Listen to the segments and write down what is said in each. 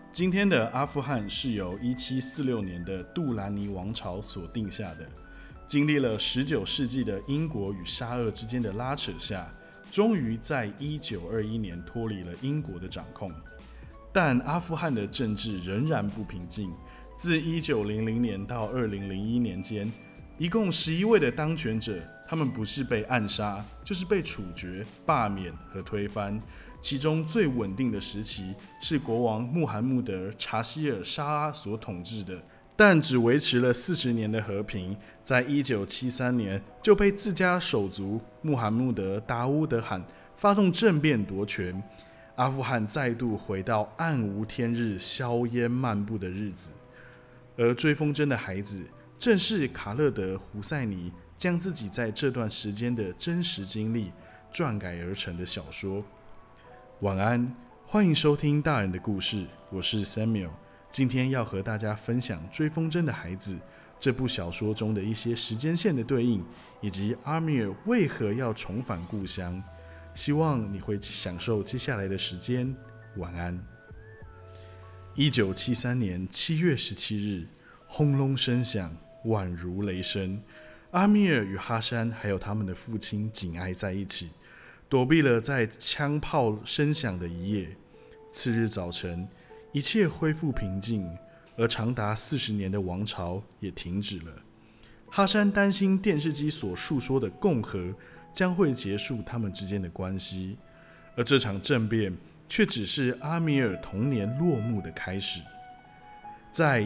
今天的阿富汗是由1746年的杜兰尼王朝所定下的，经历了19世纪的英国与沙俄之间的拉扯下，终于在1921年脱离了英国的掌控。但阿富汗的政治仍然不平静，自1900年到2001年间，一共11位的当权者，他们不是被暗杀，就是被处决、罢免和推翻。其中最稳定的时期是国王穆罕默德·查希尔沙拉所统治的，但只维持了40年的和平，在1973年就被自家手足穆罕默德·达乌德罕发动政变夺权，阿富汗再度回到暗无天日、硝烟漫步的日子。而追风筝的孩子正是卡勒德·胡塞尼将自己在这段时间的真实经历撰改而成的小说。晚安，欢迎收听大人的故事，我是 Samuel。今天要和大家分享《追风筝的孩子》这部小说中的一些时间线的对应，以及阿米尔为何要重返故乡。希望你会享受接下来的时间。晚安。1973年7月17日，轰隆声响，宛如雷声。阿米尔与哈山还有他们的父亲紧挨在一起，躲避了在枪炮声响的一夜。次日早晨，一切恢复平静，而长达40年的王朝也停止了。哈山担心电视机所述说的共和将会结束他们之间的关系，而这场政变却只是阿米尔童年落幕的开始。在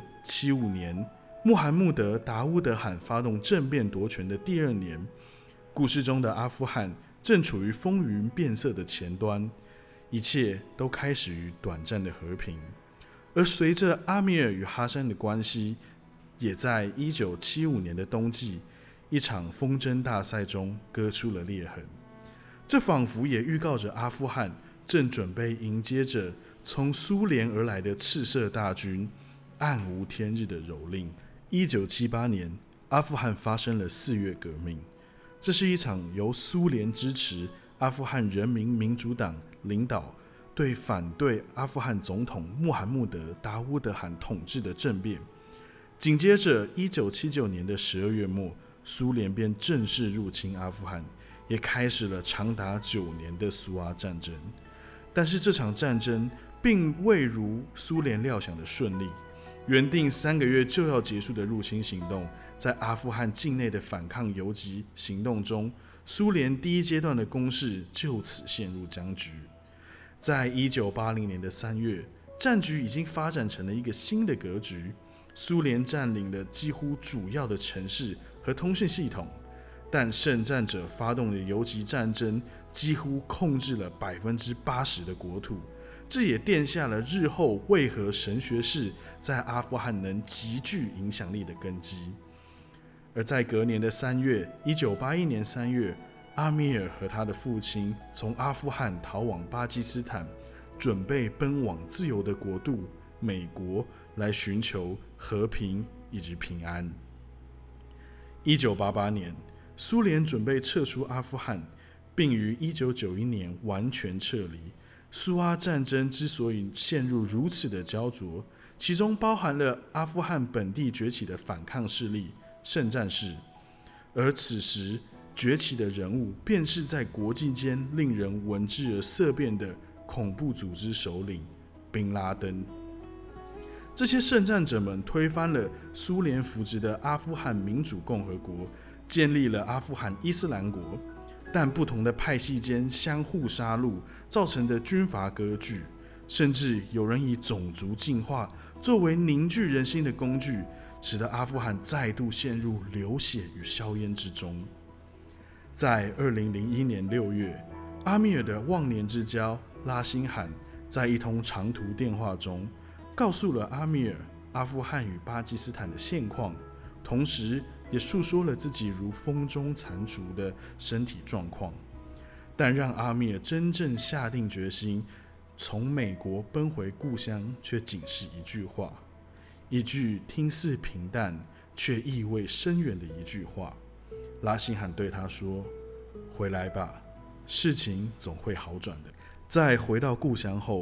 1975年，穆罕默德·达乌德罕发动政变夺权的第2年，故事中的阿富汗正处于风云变色的前端，一切都开始于短暂的和平。而随着阿米尔与哈山的关系，也在1975年的冬季，一场风筝大赛中割出了裂痕。这仿佛也预告着阿富汗正准备迎接着从苏联而来的赤色大军暗无天日的蹂躏。1978年，阿富汗发生了4月革命，这是一场由苏联支持、阿富汗人民民主党领导对反对阿富汗总统穆罕默德·达乌德罕统治的政变。紧接着1979年的12月末，苏联便正式入侵阿富汗，也开始了长达9年的苏阿战争。但是这场战争并未如苏联料想的顺利，原定3个月就要结束的入侵行动，在阿富汗境内的反抗游击行动中，苏联第1阶段的攻势就此陷入僵局。在1980年的3月，战局已经发展成了一个新的格局，苏联占领了几乎主要的城市和通讯系统，但圣战者发动的游击战争几乎控制了80%的国土，这也奠下了日后为何神学士在阿富汗能极具影响力的根基。而在隔年的3月，1981年3月，阿米尔和他的父亲从阿富汗逃往巴基斯坦，准备奔往自由的国度美国，来寻求和平以及平安。1988年，苏联准备撤出阿富汗，并于1991年完全撤离。苏阿战争之所以陷入如此的焦灼，其中包含了阿富汗本地崛起的反抗势力圣战士，而此时崛起的人物便是在国际间令人闻之而色变的恐怖组织首领宾拉登。这些圣战者们推翻了苏联扶植的阿富汗民主共和国，建立了阿富汗伊斯兰国，但不同的派系间相互杀戮造成的军阀割据，甚至有人以种族进化作为凝聚人心的工具，使得阿富汗再度陷入流血与硝烟之中。在2001年6月，阿米尔的忘年之交拉辛罕在一通长途电话中告诉了阿米尔阿富汗与巴基斯坦的现况，同时也述说了自己如风中残烛的身体状况。但让阿米尔真正下定决心从美国奔回故乡，却仅是一句话，一句听似平淡却意味深远的一句话。拉辛罕对他说：“回来吧，事情总会好转的。”在回到故乡后，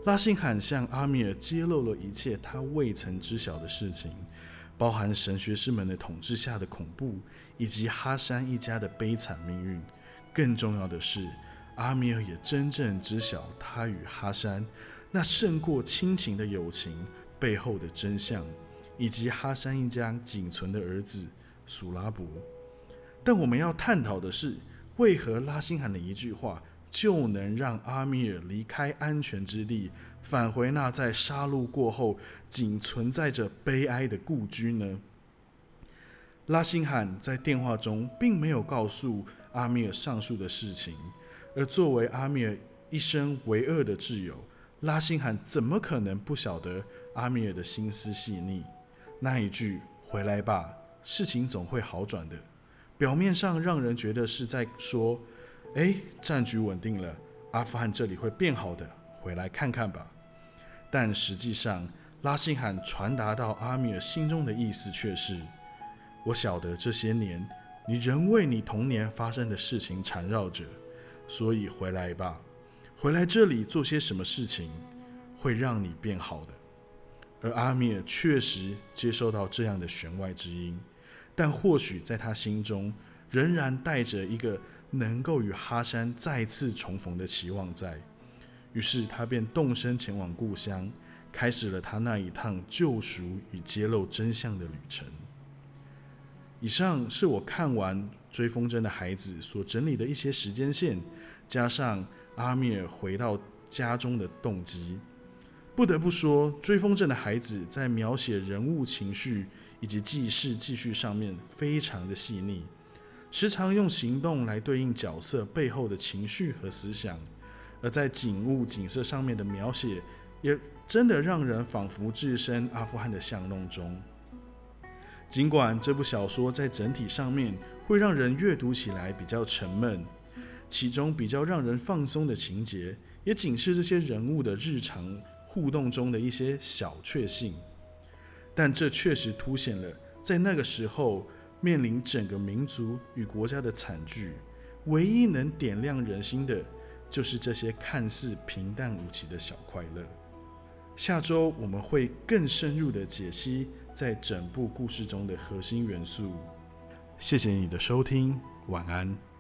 拉辛罕向阿米尔揭露了一切他未曾知晓的事情，包含神学士们的统治下的恐怖，以及哈山一家的悲惨命运。更重要的是，阿米尔也真正知晓他与哈山那胜过亲情的友情背后的真相，以及哈山一家仅存的儿子苏拉伯。但我们要探讨的是，为何拉辛罕的一句话就能让阿米尔离开安全之地，返回那在杀戮过后仅存在着悲哀的故居呢？拉辛罕在电话中并没有告诉阿米尔上述的事情，而作为阿米尔一生唯二的挚友，拉辛罕怎么可能不晓得阿米尔的心思细腻？那一句“回来吧，事情总会好转的”，表面上让人觉得是在说战局稳定了，阿富汗这里会变好的，回来看看吧。但实际上，拉辛罕传达到阿米尔心中的意思却是：我晓得这些年你仍为你童年发生的事情缠绕着，所以回来吧，回来这里做些什么事情会让你变好的。而阿米尔确实接收到这样的弦外之音，但或许在他心中仍然带着一个能够与哈山再次重逢的期望在，于是他便动身前往故乡，开始了他那一趟救赎与揭露真相的旅程。以上是我看完《追风筝的孩子》所整理的一些时间线，加上阿米尔回到家中的动机。不得不说，《追风筝的孩子》在描写人物情绪以及记事记叙上面非常的细腻，时常用行动来对应角色背后的情绪和思想，而在景物景色上面的描写，也真的让人仿佛置身阿富汗的巷弄中。尽管这部小说在整体上面会让人阅读起来比较沉闷，其中比较让人放松的情节，也仅是这些人物的日常互动中的一些小确幸，但这确实凸显了在那个时候面临整个民族与国家的惨剧，唯一能点亮人心的，就是这些看似平淡无奇的小快乐。下周我们会更深入的解析在整部故事中的核心元素。谢谢你的收听，晚安。